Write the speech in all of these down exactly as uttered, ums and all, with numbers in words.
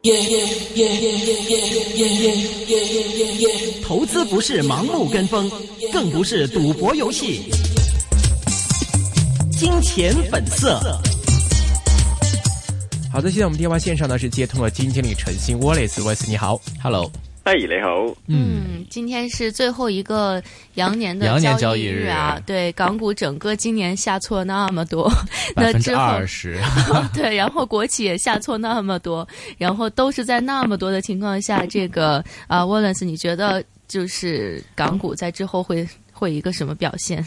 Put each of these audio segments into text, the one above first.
投资不是盲目跟风，更不是赌博游戏。金钱本色。 好的，现在我们电话线上呢是接通了基金经理陈鑫 Wallace，Wallace 你好 ，Hello。 嗨，你好。 嗯，今天是最后一个羊年的羊年交易日啊，对，港股整个今年下挫那么多， 百分之二十， 对，然后国企也下挫那么多，然后都是在那么多的情况下，这个啊 ，Wallace， 你觉得就是港股在之后会会一个什么表现？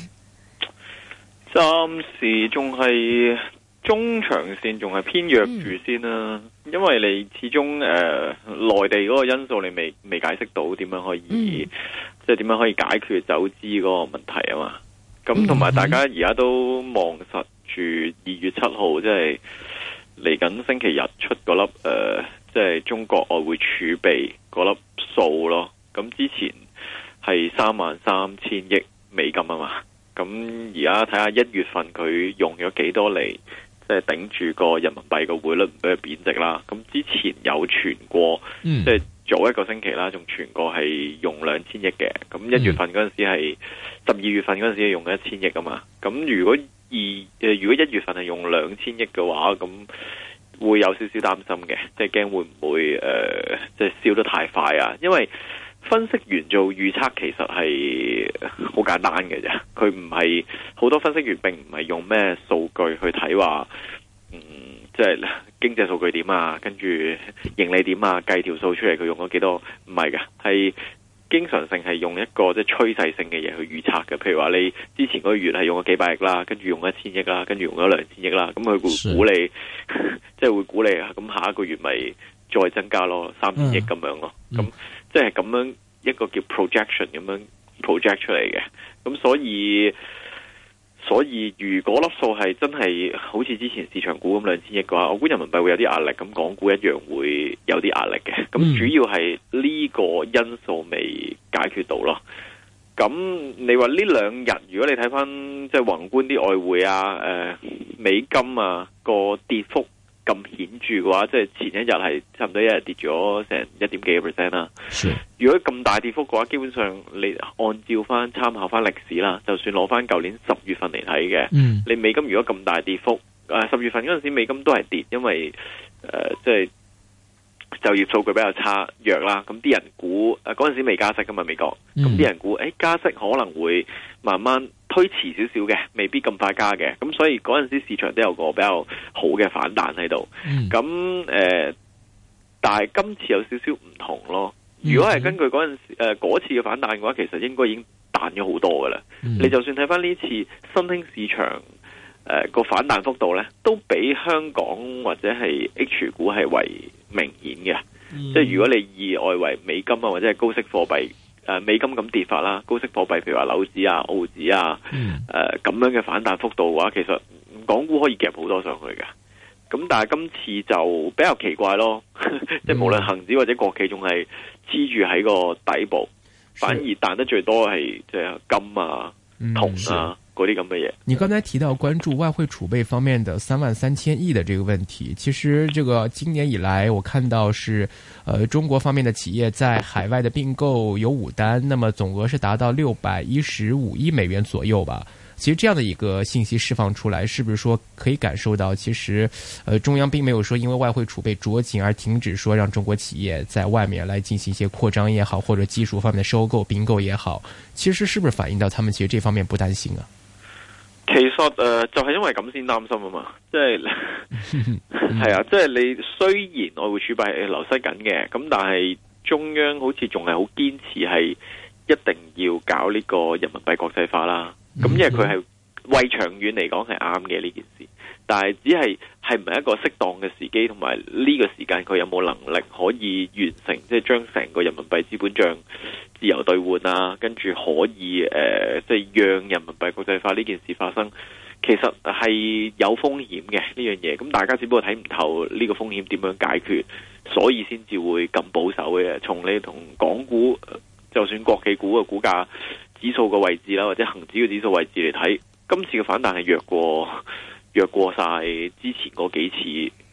暫時仲係中長線仲係偏弱住先啦，嗯、因為你始終誒內地嗰個因素你未未解釋到點樣可以，嗯、即係點樣可以解決走資嗰個問題啊嘛。咁同埋大家而家都望實住二月七號，即係嚟緊星期日出嗰粒誒，即係中國外匯儲備嗰粒數咯。咁之前係三萬三千億美金啊嘛。咁而家睇下一月份佢用咗幾多嚟，即係頂住個人民幣個匯率唔俾佢貶值啦。咁之前有傳過，嗯、即係早一個星期啦，仲傳過係用兩千億嘅。咁一月份嗰陣時係十二月份嗰陣時係用咗一千億啊嘛。咁如果二誒如果一月份係用兩千億嘅話，咁會有少少擔心嘅，即係驚會唔會誒、呃、即係燒得太快啊？因為分析員做預測其實係好簡單嘅啫，佢唔係好多分析員並唔係用咩數據去睇話，嗯，即係經濟數據點啊，跟住盈利點啊，計條數出嚟佢用咗幾多，唔係嘅，係經常性係用一個即係趨勢性嘅嘢去預測嘅。譬如話你之前嗰個月係用咗幾百億啦，跟住用咗一千億啦，跟住用咗兩千億啦，咁佢會估你，即係會估你，咁下一個月咪再增加咯，三千億咁樣咯，咁、嗯。即係咁樣一個叫 projection 咁樣 project 出嚟嘅，咁所以所以如果粒數係真係好似之前市場估咁兩千億嘅話，我估人民幣會有啲壓力，咁港股一樣會有啲壓力嘅。咁主要係呢個因素未解決到咯。咁你話呢兩日，如果你睇翻即係宏觀啲外匯啊、誒、呃、美金啊個跌幅咁顯著嘅話，即係前一日係差唔多一日跌咗成一點幾個 percent 啦。如果咁大跌幅嘅話，基本上你按照翻參考翻歷史啦，就算攞翻舊年十月份嚟睇嘅，嗯、你美金如果咁大跌幅，誒十月份嗰陣時美金都係跌，因為誒即係就業數據比較差弱啦。咁啲人估誒嗰陣時未加息噶嘛美國，咁啲、嗯、人估誒、欸、加息可能會慢慢推遲少少嘅，未必咁快加嘅，咁所以嗰陣時市場都有個比較好嘅反彈喺度。咁誒、嗯呃，但係今次有少少唔同咯。如果係根據嗰陣時誒嗰次嘅反彈嘅話，其實應該已經彈咗好多噶啦。嗯、你就算睇翻呢次新興市場誒個、呃、反彈幅度咧，都比香港或者係 H 股係為明顯嘅。嗯、即係如果你以外圍美金啊或者係高息貨幣。誒、呃，美金咁跌法啦，高息貨幣譬如話紐紙啊、澳紙啊，誒咁、嗯呃、樣嘅反彈幅度嘅話，其實港股可以夾好多上去嘅。咁但係今次就比較奇怪咯，即係、嗯、無論恒指或者國企仲係黐住喺個底部，反而彈得最多係即係金啊、銅啊。嗰啲咁嘅嘢。 你剛才提到關注外匯儲備方面的三萬三千億的這個問題，其實這個今年以來我看到是，呃，中國方面的企業在海外的併購有五單，那麼總額是達到六百一十五億美元左右吧。其實這樣的一個信息釋放出來，是不是說可以感受到，其實，呃，中央並沒有說因為外匯儲備捉緊而停止說讓中國企業在外面來進行一些擴張也好，或者技術方面的收購併購也好，其實是不是反映到他們其實這方面不擔心啊？ 其實誒、呃，就係、是、因為咁先擔心啊嘛，即係係啊，即係你雖然外匯儲備係流失緊嘅，咁但係中央好似仲係好堅持係一定要搞呢個人民幣國際化啦。咁因為佢係為長遠嚟講係啱嘅呢件事，但係只係係唔係一個適當嘅時機，同埋呢個時間佢有冇能力可以完成，即係將成個人民幣資本帳自由兌換啊，跟住可以誒，即、呃、係、就是、讓人民幣國際化呢件事發生，其實係有風險嘅呢樣嘢。咁大家只不過睇唔透呢個風險點樣解決，所以先至會咁保守嘅。從你同港股，就算國企股嘅股價指數嘅位置啦，或者恒指嘅指數位置嚟睇，今次嘅反彈係弱過弱過晒之前嗰幾次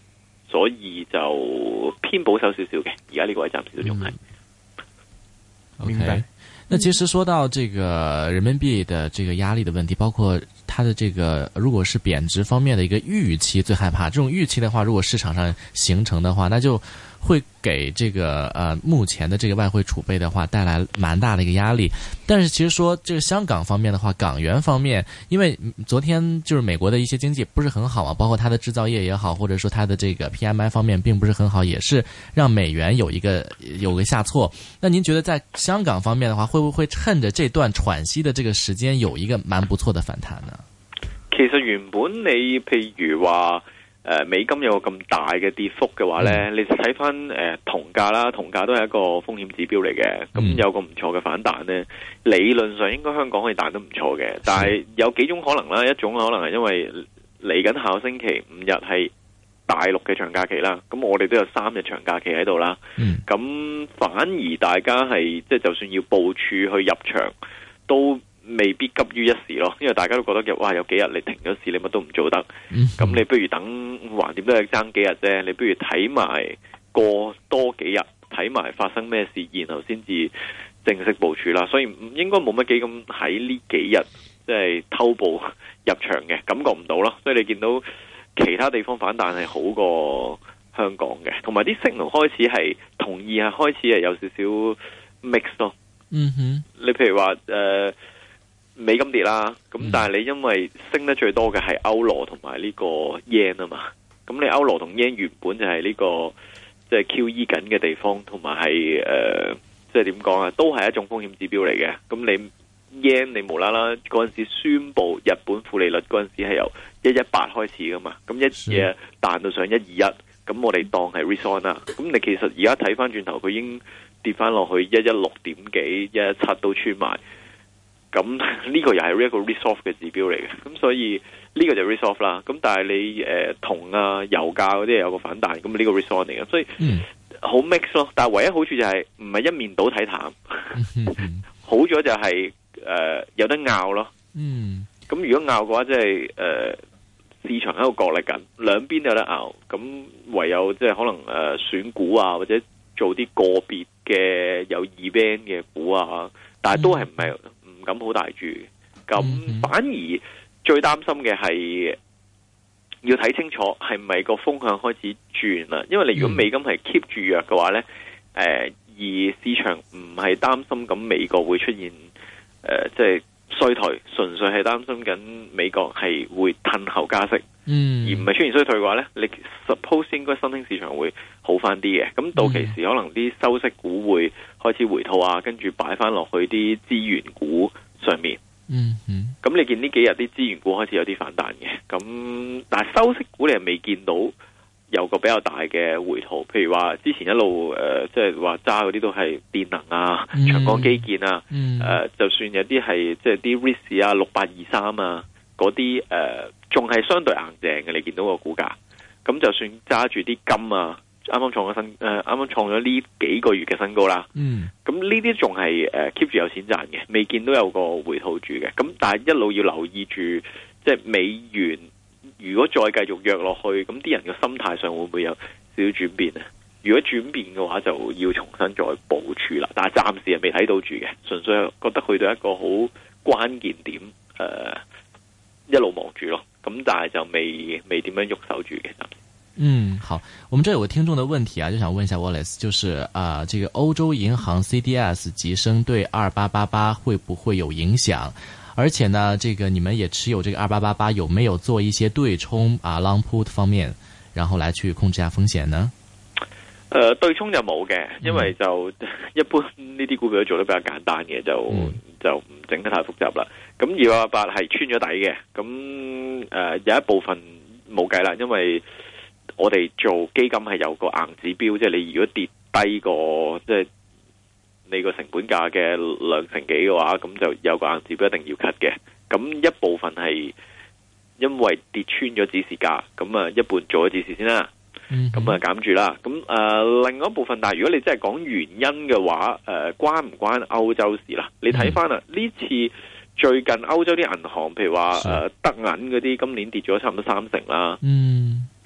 所以就偏保守少少嘅。而家呢個位暫時都仲係。 明白。 那其實說到這個人民幣的這個壓力的問題，包括它的這個如果是貶值方面的一個預期，最害怕這種預期的話，如果市場上形成的話，那就會給這個呃目前的這個外匯儲備的話帶來蠻大的一個壓力。但是其實說這個香港方面的話，港元方面，因為昨天就是美國的一些經濟不是很好嘛，包括它的製造業也好，或者說它的這個 P M I 方面並不是很好，也是讓美元有一個有個下挫。那您覺得在香港方面的話，會不會趁着這段喘息的這個時間有一個蠻不錯的反彈呢？ 其實原本你譬如話誒、呃、美金有個咁大嘅跌幅嘅話呢，嗯、你睇翻誒銅價啦，銅價都係一個風險指標嚟嘅，咁、嗯、有個唔錯嘅反彈呢，理論上應該香港可以彈得唔錯嘅，但係有幾種可能啦，一種可能係因為嚟緊下個星期五日係大陸嘅長假期啦，咁我哋都有三日長假期喺度啦，咁、嗯、反而大家係即係就算要部署去入場都未必急於一時咯，因為大家都覺得哇有幾日你停咗市，你乜都唔做得，咁、嗯、你不如等橫掂都係爭幾日啫，你不如睇埋過多幾日，睇埋發生咩事，然後先至正式部署啦。所以應該冇乜幾咁喺呢幾日即係偷步入場嘅感覺唔到咯。所以你見到其他地方反彈係好過香港嘅，同埋啲 signal 開始係同意係開始係有少少 mix 咯。嗯哼，你譬如話誒。呃美金跌啦，咁但係你因為升得最多嘅係歐羅同埋呢個 yen 啊嘛，咁你歐羅同 yen 原本就係呢、這個即係、就是、Q E 緊嘅地方，同埋係誒即係點講啊，都係一種風險指標嚟嘅。咁你 yen 你無啦啦嗰陣時宣布日本負利率嗰陣時係由一一八開始噶嘛，咁一嘢彈到上一二一，咁我哋當係 risk on 啦。咁你其實而家睇翻轉頭，佢已經跌翻落去一一六點幾、一一七都穿埋。咁呢個又係一個 risk off 嘅指標嚟嘅，咁所以呢個就 risk off 啦。咁但係你誒銅、呃、啊、油價嗰啲有個反彈，咁呢個 risk on 嚟嘅，所以好 mix 咯。但係唯一好處就係唔係一面倒睇淡，好咗就係、是、誒、呃、有得拗咯。嗯，咁如果拗嘅話，即係誒市場喺度角力緊，兩邊都有得拗。咁唯有即係可能誒、呃、選股啊，或者做啲個別嘅有 event 嘅股啊，但係都係唔係。咁好大注，咁反而最擔心嘅係要睇清楚係咪個風向開始轉啦。因為你如果美金係 keep 住弱嘅話呢，誒、呃、而市場唔係擔心咁美國會出現誒即係衰退，純粹係擔心緊美國係會褪後加息，嗯、而唔係出現衰退嘅話呢，你 suppose 應該新興市場會好翻啲嘅。咁到期時可能啲收息股會開始回吐啊，跟住擺翻落去啲資源股上面。嗯嗯，咁你見呢幾日啲資源股開始有啲反彈嘅，咁但係收息股你係未見到有個比較大嘅回吐。譬如話之前一路誒，即係話揸嗰啲都係電能啊、嗯、長江基建啊，誒、嗯呃，就算有啲係即係啲 risk 啊、六八二三啊嗰啲誒，仲係、呃、相對硬淨嘅。你見到個股價，咁就算揸住啲金啊。啱啱創咗新誒，啱啱創咗呢幾個月嘅新高啦。嗯，咁呢啲仲係誒 keep 住有錢賺嘅，未見到有個回吐住嘅。咁但係一路要留意住，即係美元如果再繼續弱落去，咁啲人嘅心態上會唔會有少少轉變啊？如果轉變嘅話，就要重新再部署啦。但係暫時係未睇到住嘅，純粹係覺得去到一個好關鍵點，誒、呃、一路望住咯。咁但係就未未點樣喐手住嘅。 嗯，好，我們這有個聽眾的問題啊，就想問一下 Wallace， 就是啊、呃，這個歐洲銀行 C D S 急升對二八八八會不會有影響？而且呢，這個你們也持有這個二八八八，有沒有做一些對沖啊 long put 方面，然後來去控制下風險呢？ 誒、呃，對沖就冇嘅，因為就、嗯、一般呢啲股票都做得比較簡單嘅，就、嗯、就唔整得太複雜啦。咁二八八八係穿咗底嘅，咁誒、呃、有一部分冇計啦，因為我哋做基金係有個硬指標，即係你如果跌低個即係你個成本價嘅兩成幾嘅話，咁就有個硬指標一定要 cut 嘅。咁一部分係因為跌穿咗指示價，咁啊一半做咗指示先啦，咁啊減住啦。咁誒、呃、另外一部分，但係如果你真係講原因嘅話，誒、呃、關唔關歐洲事啦？你睇翻啦，呢次最近歐洲啲銀行，譬如話誒德銀嗰啲，今年跌咗差唔多三成啦。嗯。咁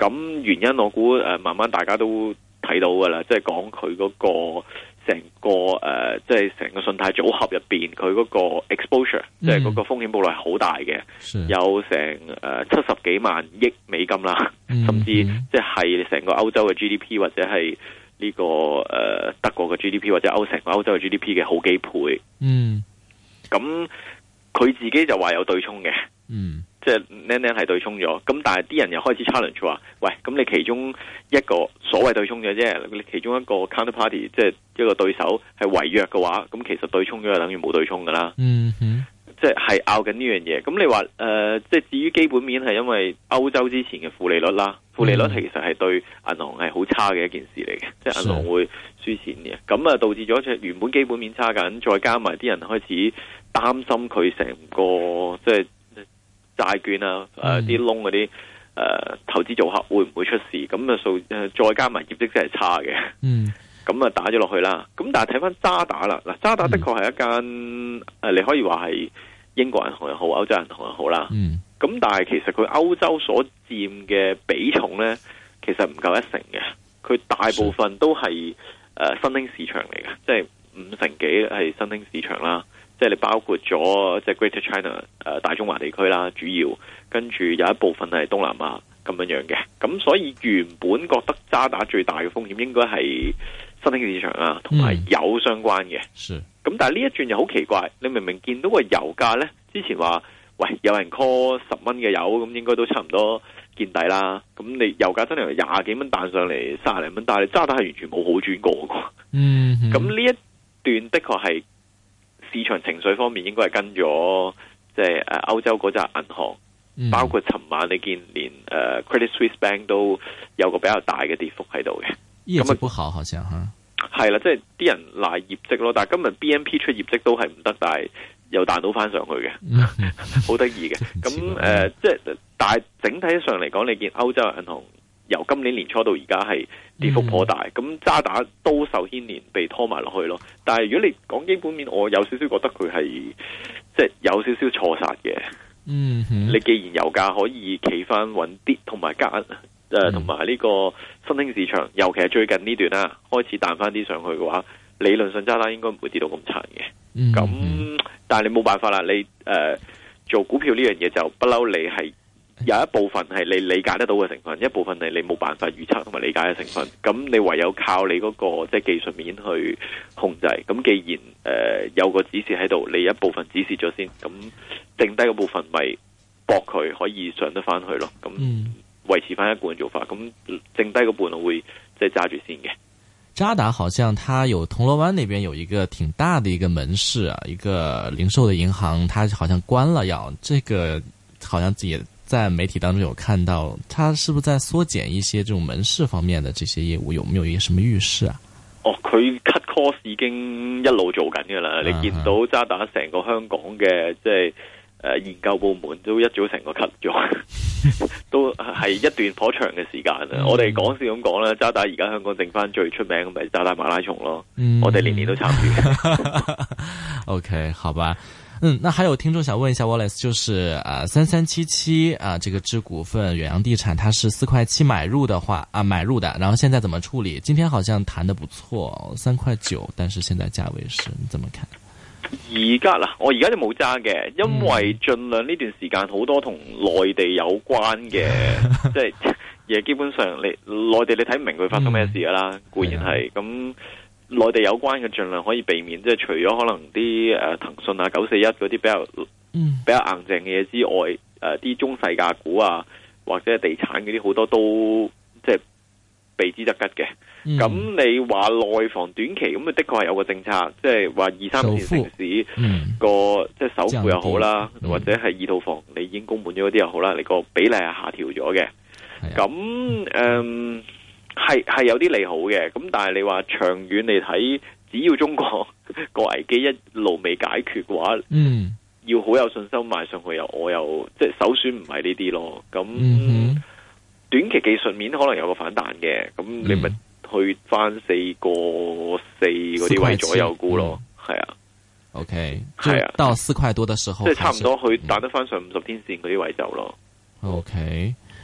咁原因我估誒、呃、慢慢大家都睇到㗎啦，即係講佢嗰個成個誒，即係成個信貸組合入邊，佢嗰個 exposure，即係嗰個風險暴露係好大嘅，有成誒七十幾萬億美金啦，嗯、甚至即係成個歐洲嘅 G D P 或者係呢、這個誒、呃、德國嘅 G D P 或者歐成個歐洲嘅 G D P 嘅好幾倍。嗯，咁佢自己就話有對沖嘅。嗯。即係呢呢係對沖咗，咁但係啲人又開始 challenge 話，喂，咁你其中一個所謂對沖嘅啫，你其中一個 counterparty 即係一個對手係違約嘅話，咁其實對沖咗就等於冇對沖噶啦。嗯哼，即係係拗緊呢樣嘢。咁你話誒、呃，即係至於基本面係因為歐洲之前嘅負利率啦，負利率其實係對銀行係好差嘅一件事嚟嘅，即係銀行會輸錢嘅。咁啊導致咗即原本基本面差緊，再加埋啲人開始擔心佢成個即係。債券啊，誒啲窿嗰啲誒投資組合會唔會出事？咁啊數誒再加埋業績真係差嘅，嗯，咁啊打咗落去啦。咁但係睇翻渣打啦，嗱渣打的確係一間誒、嗯，你可以話係英國銀行又好，歐洲銀行又好啦。嗯，咁但係其實佢歐洲所佔嘅比重咧，其實唔夠一成嘅。佢大部分都係誒、呃、新興市場嚟嘅，即係五成幾係新興市場啦。即係你包括咗即係 Greater China 誒、呃、大中華地區啦，主要跟住有一部分係東南亞咁樣樣嘅，咁所以原本覺得渣打最大嘅風險應該係新興市場啊，同埋油相關嘅。是、嗯，咁但係呢一轉又好奇怪，你明明見到個油價咧，之前話喂有人 call 十蚊嘅油，咁應該都差唔多見底啦。咁你油價真係由廿幾蚊彈上嚟三十零蚊，但係渣打係完全冇好轉過嘅。嗯，咁呢一段的確係。市場情緒方面應該係跟咗即係誒歐洲嗰紮銀行，嗯、包括尋晚你見連誒、呃、Credit Suisse Bank 都有個比較大嘅跌幅喺度嘅。 業績不好，好像嚇。 係啦，即係啲人賴業績咯，但係今日 B N P 出業績都係唔得，但係又彈到翻上去嘅，好得意嘅。咁誒、呃，即係但係整體上嚟講，你見歐洲銀行由今年年初到而家係跌幅頗大，咁、嗯、渣打都受牽連被拖埋落去咯。但係如果你講基本面，我有少少覺得佢係即係有少少錯殺嘅。嗯，你既然油價可以企翻穩啲，同埋加誒同埋呢個新興市場，尤其係最近呢段啦，開始彈翻啲上去嘅話，理論上渣打應該唔會跌到咁殘嘅。咁、嗯、但係你冇辦法啦，你誒、呃、做股票呢樣嘢就不嬲，你係。有一部分係你理解得到嘅成分，一部分係你冇辦法預測同埋理解嘅成分。咁你唯有靠你嗰、那個即係、就是、技術面去控制。咁既然誒、呃、有個指示喺度，你一部分指示咗先，咁剩低嘅部分咪搏佢可以上得翻去咯。咁維持翻一半嘅做法。咁剩低嗰半我會即係揸住先嘅。 渣打好像它有銅鑼灣那邊有一個挺大的一個門市啊，一個零售的銀行，它好像關了要，這個好像自己。在媒體當中有看到，他是不是在縮減一些這種門市方面的這些業務？有沒有一個什麼預示啊？ 哦，佢 cut cost 已經一路做緊噶啦，你見到渣打成個香港嘅即係誒研究部門都一早成個 cut 咗，都係一段頗長嘅時間啊！嗯、我哋講笑咁講啦，渣打而家香港剩翻最出名嘅咪渣打馬拉松咯，嗯、我哋年年都參與。 OK， 好吧。嗯，那還有聽眾想問一下 Wallace， 就是啊三三七七啊這個支股份遠洋地產，它是四塊七買入的話啊買入的，然後現在怎麼處理？今天好像談得不錯，三塊九，但是現在價位是你怎麼看？ 而家啦，我而家就冇揸嘅，因為盡量呢段時間好多同內地有關嘅，即係嘢基本上你內地你睇唔明佢發生咩事噶啦，嗯、固然係咁。內地有關嘅盡量可以避免，即係除咗可能啲誒騰訊啊、九四一嗰啲比較、嗯、比較硬淨嘅嘢之外，誒、呃、啲中細價股啊或者係地產嗰啲好多都即係避之則吉嘅。咁、嗯、你話內房短期咁啊，的確係有個政策，即係話二三線城市個、嗯、即係首付又好啦，嗯、或者係二套房你已經供滿咗嗰啲又好啦，你個比例係下調咗嘅。咁誒。係係有啲利好嘅，咁但係你話長遠嚟睇，只要中國個危機一路未解決嘅話，嗯，要好有信心賣上去又我又即係首選唔係呢啲咯。咁、嗯、短期技術面可能有個反彈嘅，咁你咪去翻四個四嗰啲位左右估咯，係、嗯、啊。 OK，係啊，到四塊多嘅時候， 即係差唔多去彈得翻上五十天線嗰啲位走咯。 OK。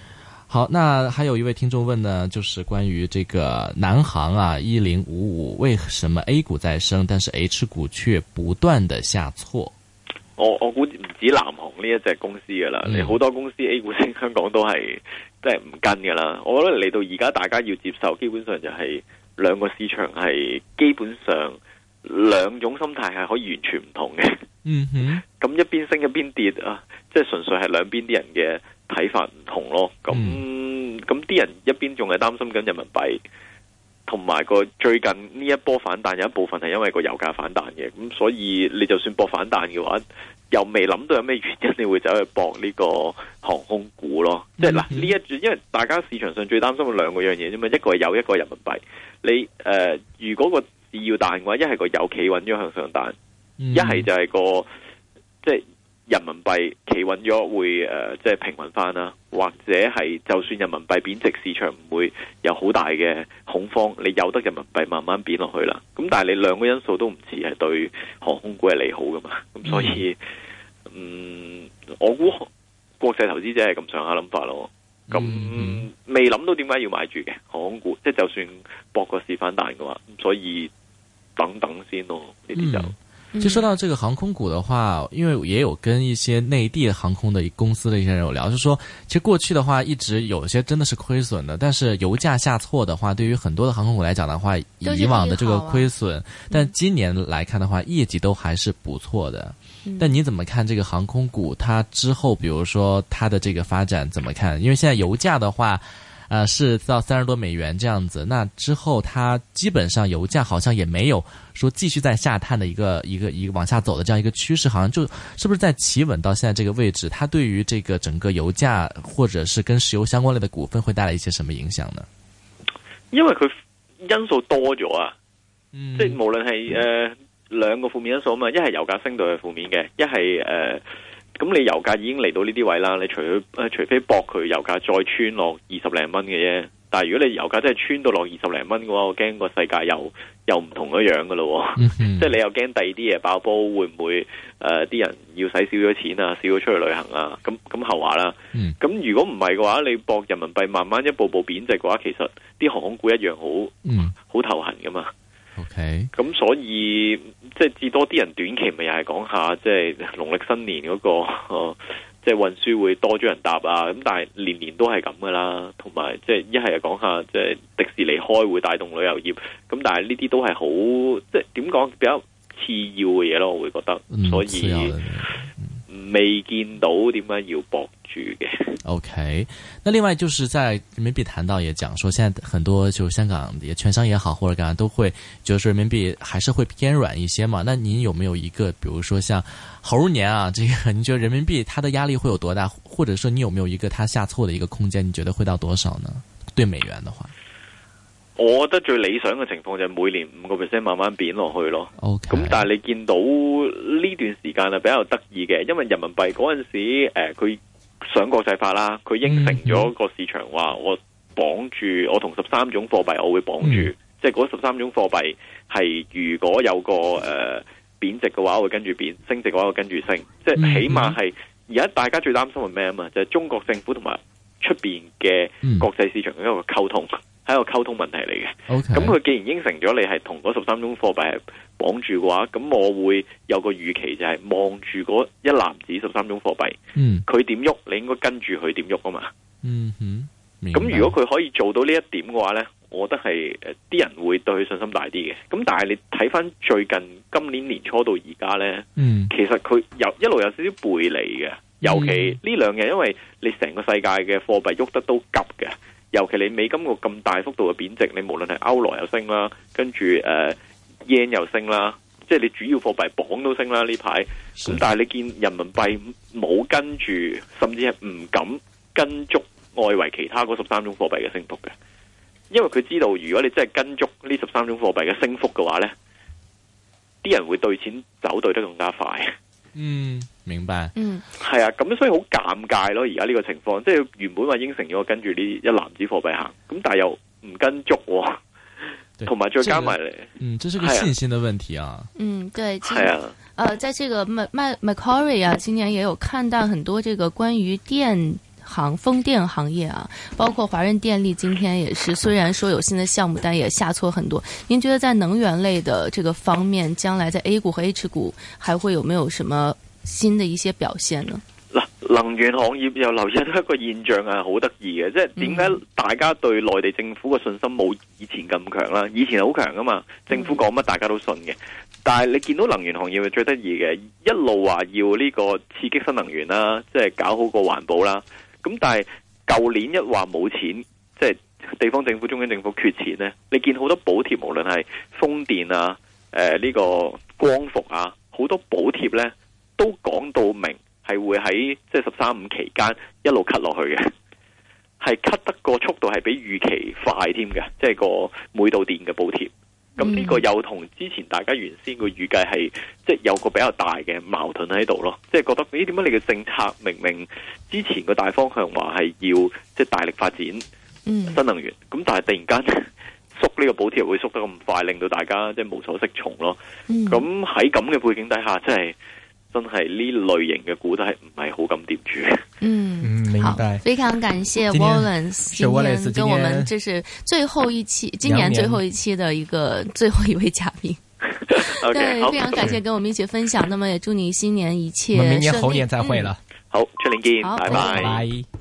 好，那还有一位聽眾問呢，就是關於這個南航啊一零五五，為什麼 A 股在升，但是 H 股卻不斷的下挫？ 我我估唔止南航呢一隻公司噶啦，你好、嗯、多公司 A 股升，香港都係即係唔跟噶啦。我覺得嚟到而家，大家要接受，基本上就係兩個市場係基本上兩種心態係可以完全唔同嘅。嗯哼，咁一邊升一邊跌啊，即係純粹係兩邊啲人嘅睇法唔同咯，咁咁啲人一邊仲係擔心緊人民幣，同埋個最近呢一波反彈有一部分係因為個油價反彈嘅，咁所以你就算搏反彈嘅話，又未諗到有咩原因你會走去搏呢個航空股咯。即係嗱呢一轉，因為大家市場上最擔心嘅兩個樣嘢啫嘛，一個係油，一個係人民幣。你誒、呃，如果個市要彈嘅話，一係個油企穩咗向上彈，一係、嗯、就係個即係。人民幣企穩咗會誒即係平穩翻啦，或者係就算人民幣貶值，市場唔會有好大嘅恐慌，你由得人民幣慢慢貶落去啦。咁但係你兩個因素都唔似係對航空股係利好噶嘛，咁所以嗯，我估國際投資者係咁上下諗法咯。咁未諗到點解要買住嘅航空股，即係就算博個市反彈嘅話，所以等等先咯，呢啲就。 就說到這個航空股的話，因為也有跟一些內地航空的公司的一些人有聊，就是說其實過去的話一直有些真的是虧損的，但是油價下挫的話，對於很多的航空股來講的話，以往的這個虧損，啊、但今年來看的話，業績都還是不錯的。嗯、但你怎麼看這個航空股它之後，比如說它的這個發展怎麼看？因為現在油價的話呃，是到三十多美元這樣子，那之後它基本上油價好像也沒有說繼續在下探的一個一個一個往下走的這樣一個趨勢，好像就是不是在企穩到現在這個位置？它對於這個整個油價或者是跟石油相關類的股份會帶來一些什麼影響呢？ 因為佢因素多咗啊，嗯、即係無論係誒兩個負面因素啊嘛，一係油價升到係負面嘅，一係誒。呃咁你油價已經嚟到呢啲位啦，你除非誒除非搏佢油價再穿落二十零蚊嘅啫。但係如果你油價真係穿到落二十零蚊嘅話，我驚個世界又又唔同一樣噶咯。嗯、哼即係你又驚第二啲嘢爆煲，會唔會誒啲、呃、人要使少咗錢啊，少咗出去旅行啊？咁咁後話啦。咁、嗯、如果唔係嘅話，你搏人民幣慢慢一步步貶值嘅話，其實啲航空股一樣好好頭痕噶嘛。 OK， 咁所以即係至多啲人短期咪又係講下，即係農曆新年嗰、那個，呃、即係運輸會多咗人搭啊。咁但係年年都係咁噶啦，同埋即係一係又講下，即係迪士尼開會帶動旅遊業。咁但係呢啲都係好，即係點講比較次要嘅嘢咯，我會覺得。嗯、所以未見到點解要搏住嘅。 OK，那另外就是在人民幣談到也講說，現在很多就香港的券商也好，或者幹都會覺得說人民幣還是會偏軟一些嘛。那您有沒有一個，比如說像猴年啊，這個您覺得人民幣它的壓力會有多大？或者說你有沒有一個它下挫的一個空間？你覺得會到多少呢？對美元的話， 我覺得最理想嘅情況就係每年五個 percent 慢慢貶落去咯。OK，咁但係你見到呢段時間係比較得意嘅，因為人民幣嗰陣時誒佢。呃想國際化啦，佢應承咗個市場話，我綁住我同十三種貨幣，我會綁住，嗯、即係嗰十三種貨幣係如果有個誒貶、呃、值嘅話，我會跟住貶；升值嘅話，我會跟住升。即係起碼係而家大家最擔心係咩啊嘛？就係、是、中國政府同埋出邊嘅國際市場嘅一個溝通，係一個溝通問題嚟嘅。咁佢 Okay. 既然應承咗你係同嗰十三種貨幣係綁住嘅話，咁我會有個預期就係望住嗰一籃子十三種貨幣，佢點喐，你應該跟住佢點喐啊嘛。嗯哼，咁如果佢可以做到呢一點嘅話呢，我覺得係誒啲人會對佢信心大啲嘅。咁但係你睇翻最近今年年初到而家呢，嗯、其實佢有一路有少少背離嘅，尤其呢兩日，因為你成個世界嘅貨幣喐得都急嘅。尤其你美金個咁大幅度嘅貶值，你無論係歐羅又升啦，跟住誒 yen 又升啦，即係你主要貨幣鎊都升啦呢排。咁但係你見人民幣冇跟住，甚至係唔敢跟足外圍其他嗰十三種貨幣嘅升幅嘅，因為佢知道如果你真係跟足呢十三種貨幣嘅升幅嘅話呢，啲人會對錢走對得更加快。嗯， 明白。嗯， 係啊，咁所以好尷尬咯。而家呢個情況，即係原本話應承咗跟住呢一籃子貨幣行，咁但係又唔跟足，同埋再加埋嚟。 嗯，這是個信心的問題啊。 嗯，對， 係啊。 呃，在這個 Mac Macquarie 啊，今年也有看到很多這個關於電行风電行業啊，包括華潤電力今天也是，雖然說有新的項目，但也下挫很多。您覺得在能源類的這個方面，將來在 A 股和 H 股還會有沒有什麼新的一些表現呢？ 嗱，能源行業又留意到一個現象係好得意嘅，即係點解大家對內地政府嘅信心冇以前咁強啦？以前係好強噶嘛，政府講乜大家都信嘅。但係你見到能源行業係最得意嘅，一路話要呢個刺激新能源啦，即係搞好個環保啦。咁但係舊年一話冇錢，即係地方政府、中央政府缺錢呢，你見好多補貼，無論係風電啊、誒呢個光伏啊，好多補貼呢都講到明。係會喺即係十三五期間一路 cut 落去嘅，係 cut 得個速度係比預期快添嘅，即係個每度電嘅補貼。咁呢個又同之前大家原先個預計係即係有個比較大嘅矛盾喺度咯，即係覺得咦點解你嘅政策明明之前個大方向話係要即係大力發展新能源，咁、嗯、但係突然間縮呢個補貼會縮得咁快，令到大家即係無所適從咯。咁喺咁嘅背景底下，即係。真係呢類型嘅股都係唔係好咁掂住。 嗯， 明白。 非常感謝 Wallace 今天跟我們這是最後一期，今年最後一期的一個最後一位嘉賓。 okay, 對，非常感謝跟我們一起分享。那麼也祝你新年一切順利。 我們明年猴年再會了。 嗯、好，出年見，拜拜。 拜拜。